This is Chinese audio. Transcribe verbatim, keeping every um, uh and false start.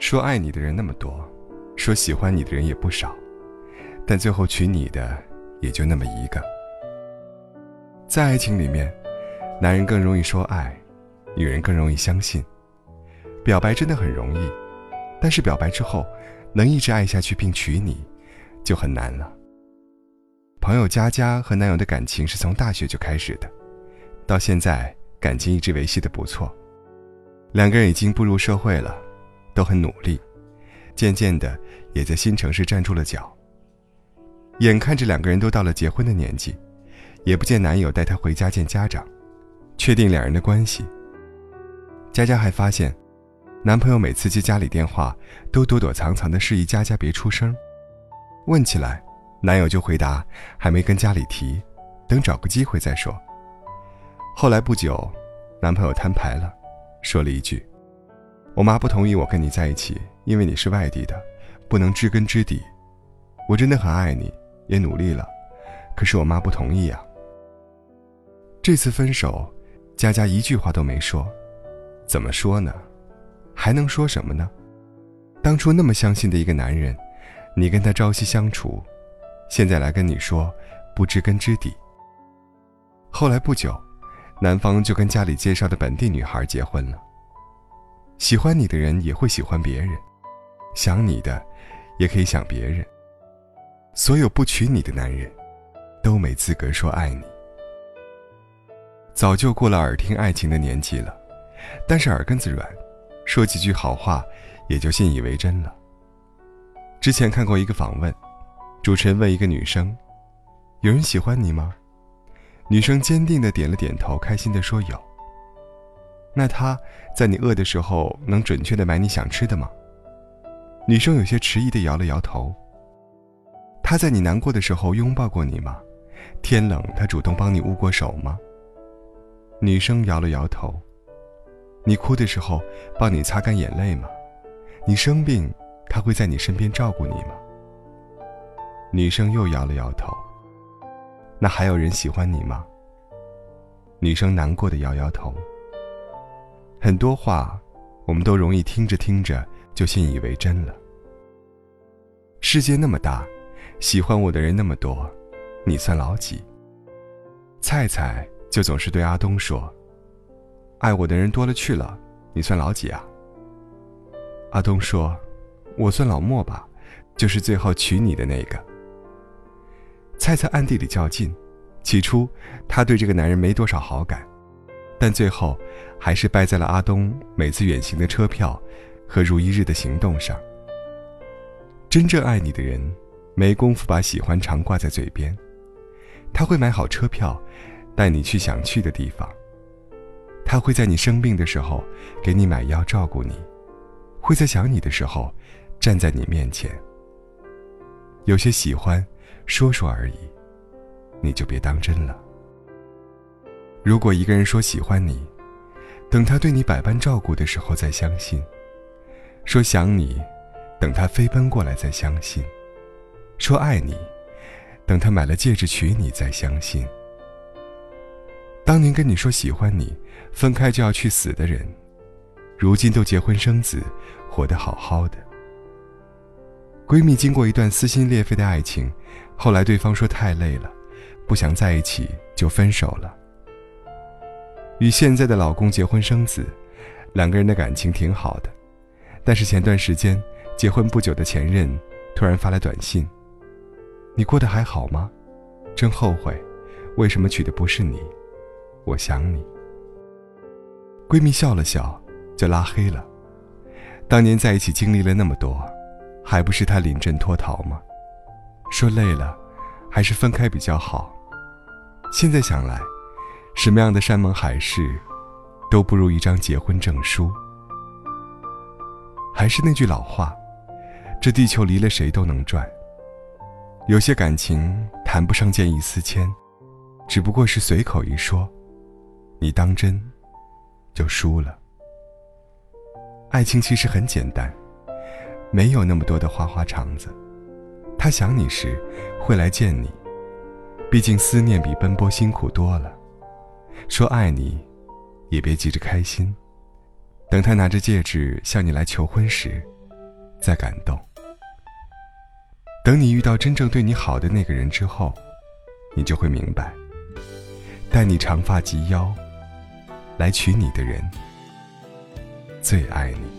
说爱你的人那么多，说喜欢你的人也不少，但最后娶你的也就那么一个。在爱情里面，男人更容易说爱，女人更容易相信。表白真的很容易，但是表白之后能一直爱下去并娶你就很难了。朋友佳佳和男友的感情是从大学就开始的，到现在感情一直维系得不错。两个人已经步入社会了，都很努力，渐渐的也在新城市站住了脚。眼看着两个人都到了结婚的年纪，也不见男友带她回家见家长，确定两人的关系。佳佳还发现男朋友每次接家里电话都躲躲藏藏的示意佳佳别出声，问起来男友就回答还没跟家里提，等找个机会再说。后来不久，男朋友摊牌了，说了一句：我妈不同意我跟你在一起，因为你是外地的，不能知根知底。我真的很爱你，也努力了，可是我妈不同意啊。这次分手，佳佳一句话都没说。怎么说呢？还能说什么呢？当初那么相信的一个男人，你跟他朝夕相处，现在来跟你说不知根知底。后来不久，男方就跟家里介绍的本地女孩结婚了。喜欢你的人也会喜欢别人，想你的也可以想别人。所有不娶你的男人都没资格说爱你。早就过了耳听爱情的年纪了，但是耳根子软，说几句好话也就信以为真了。之前看过一个访问，主持人问一个女生：有人喜欢你吗？女生坚定地点了点头，开心地说有。那他在你饿的时候能准确地买你想吃的吗？女生有些迟疑地摇了摇头。他在你难过的时候拥抱过你吗？天冷他主动帮你捂过手吗？女生摇了摇头。你哭的时候帮你擦干眼泪吗？你生病他会在你身边照顾你吗？女生又摇了摇头。那还有人喜欢你吗？女生难过的摇摇头。很多话我们都容易听着听着就信以为真了。世界那么大，喜欢我的人那么多，你算老几？菜菜就总是对阿东说：爱我的人多了去了，你算老几啊？阿东说：我算老莫吧，就是最后娶你的那个。菜菜暗地里较劲，起初他对这个男人没多少好感，但最后还是败在了阿东每次远行的车票和如一日的行动上。真正爱你的人没工夫把喜欢常挂在嘴边，他会买好车票带你去想去的地方，他会在你生病的时候给你买药照顾你，会在想你的时候站在你面前。有些喜欢说说而已，你就别当真了。如果一个人说喜欢你，等他对你百般照顾的时候再相信；说想你，等他飞奔过来再相信；说爱你，等他买了戒指娶你再相信。当年跟你说喜欢你，分开就要去死的人，如今都结婚生子，活得好好的。闺蜜经过一段撕心裂肺的爱情，后来对方说太累了，不想在一起，就分手了。与现在的老公结婚生子，两个人的感情挺好的，但是前段时间结婚不久的前任突然发来短信：你过得还好吗？真后悔，为什么娶的不是你？我想你。闺蜜笑了笑，就拉黑了。当年在一起经历了那么多，还不是他临阵脱逃吗？说累了，还是分开比较好。现在想来，什么样的山盟海誓，都不如一张结婚证书。还是那句老话，这地球离了谁都能转。有些感情谈不上见异思迁，只不过是随口一说，你当真就输了。爱情其实很简单，没有那么多的花花肠子。他想你时会来见你，毕竟思念比奔波辛苦多了。说爱你也别急着开心，等他拿着戒指向你来求婚时， 再感动。等你遇到真正对你好的那个人之后，你就会明白，待你长发及腰来娶你的人最爱你。